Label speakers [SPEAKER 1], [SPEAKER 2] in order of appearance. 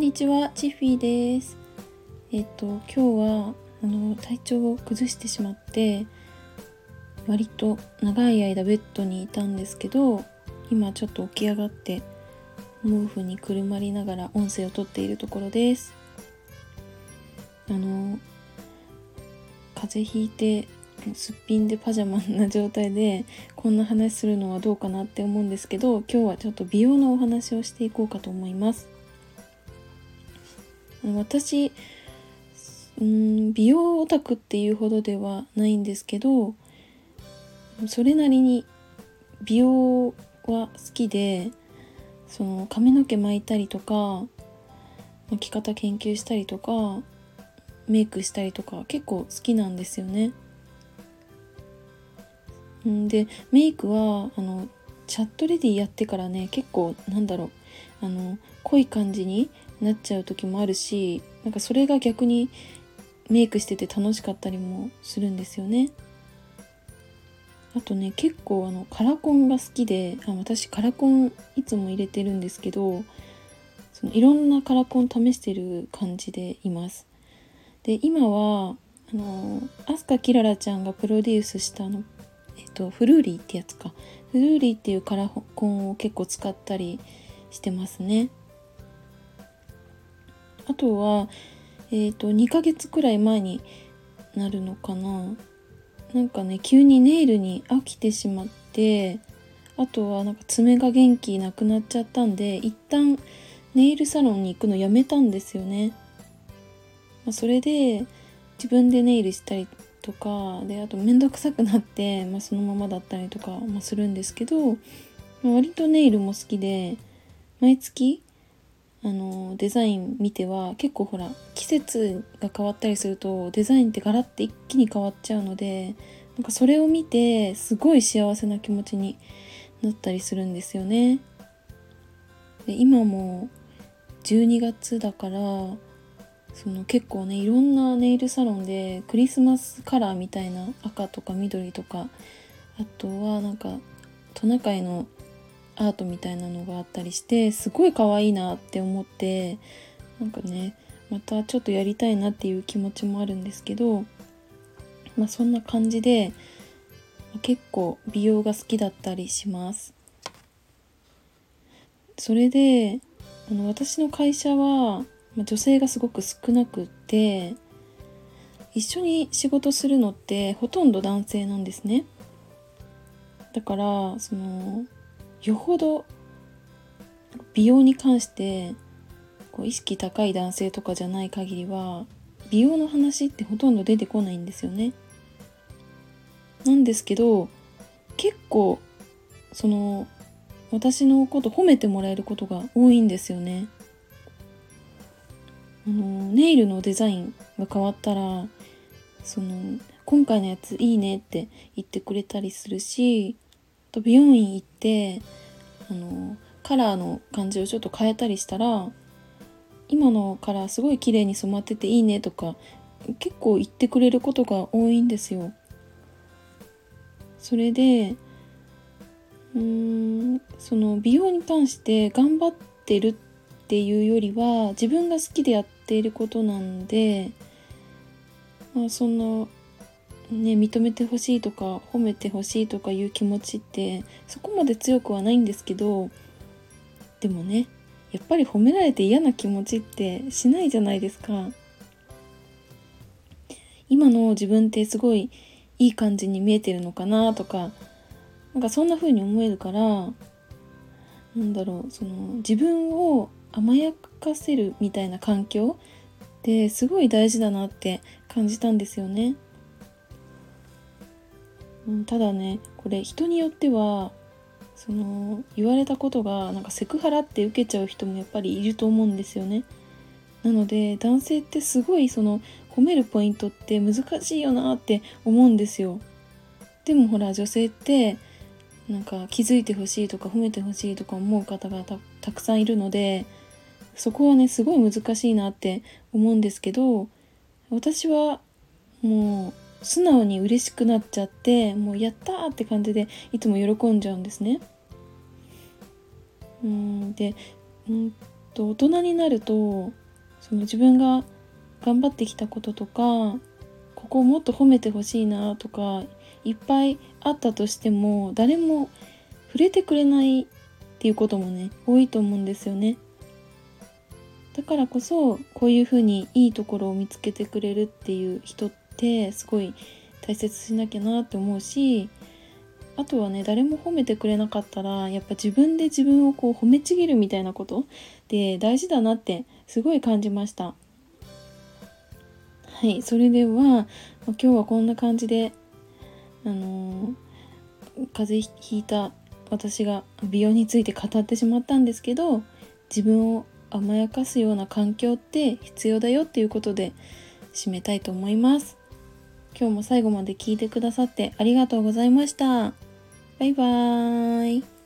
[SPEAKER 1] にちは、チッフィーです。今日は体調を崩してしまって割と長い間ベッドにいたんですけど、今ちょっと起き上がって毛布にくるまりながら音声をとっているところです。風邪ひいてすっぴんでパジャマな状態でこんな話するのはどうかなって思うんですけど、今日はちょっと美容のお話をしていこうかと思います。私美容オタクっていうほどではないんですけど、それなりに美容は好きで、その髪の毛巻いたりとか巻き方研究したりとかメイクしたりとか結構好きなんですよね。でメイクはチャットレディやってからね、結構濃い感じになっちゃう時もあるし、それが逆にメイクしてて楽しかったりもするんですよね。あとね、結構カラコンが好きで、私カラコンいつも入れてるんですけど、そのいろんなカラコン試してる感じでいます。で今は飛鳥きららちゃんがプロデュースしたフルーリーってやつか、フルーリーっていうカラコンを結構使ったりしてますね。あとは2ヶ月くらい前になるのかな、急にネイルに飽きてしまって、あとは爪が元気なくなっちゃったんで、一旦ネイルサロンに行くのやめたんですよね。それで自分でネイルしたりとかで、あとめんどくさくなって、そのままだったりとか、するんですけど、割とネイルも好きで、毎月デザイン見ては、結構季節が変わったりするとデザインってガラッて一気に変わっちゃうので、それを見てすごい幸せな気持ちになったりするんですよね。で今も12月だから、結構ね、いろんなネイルサロンでクリスマスカラーみたいな赤とか緑とか、あとはトナカイのアートみたいなのがあったりして、すごい可愛いなって思って、またちょっとやりたいなっていう気持ちもあるんですけど、そんな感じで結構美容が好きだったりします。それで私の会社は女性がすごく少なくって、一緒に仕事するのってほとんど男性なんですね。だからよほど美容に関して意識高い男性とかじゃない限りは、美容の話ってほとんど出てこないんですよね。なんですけど、結構私のこと褒めてもらえることが多いんですよね。ネイルのデザインが変わったら、今回のやついいねって言ってくれたりするし、あと美容院行ってカラーの感じをちょっと変えたりしたら、今のカラーすごい綺麗に染まってていいねとか結構言ってくれることが多いんですよ。それで美容に関して頑張ってるっていうよりは、自分が好きでやっていることなんで、そんなね、認めてほしいとか褒めてほしいとかいう気持ちってそこまで強くはないんですけど、でもね、やっぱり褒められて嫌な気持ちってしないじゃないですか。今の自分ってすごいいい感じに見えてるのかなとか、そんな風に思えるから、自分を甘やかせるみたいな環境ってすごい大事だなって感じたんですよね。ただね、これ人によっては言われたことがセクハラって受けちゃう人もやっぱりいると思うんですよね。なので男性ってすごい褒めるポイントって難しいよなって思うんですよ。でも女性って気づいてほしいとか褒めてほしいとか思う方がたくさんいるので、そこはねすごい難しいなって思うんですけど、私はもう素直に嬉しくなっちゃって、もうやったーって感じでいつも喜んじゃうんですね。で大人になるとその自分が頑張ってきたこととか、ここをもっと褒めてほしいなとかいっぱいあったとしても、誰も触れてくれないっていうこともね、多いと思うんですよね。だからこそこういうふうにいいところを見つけてくれるっていう人ってすごい大切しなきゃなって思うし、あとはね、誰も褒めてくれなかったらやっぱ自分で自分をこう褒めちぎるみたいなことで大事だなってすごい感じました。はい、それでは今日はこんな感じで風邪ひいた私が美容について語ってしまったんですけど、自分を甘やかすような環境って必要だよっていうことで締めたいと思います。今日も最後まで聞いてくださってありがとうございました。バイバーイ。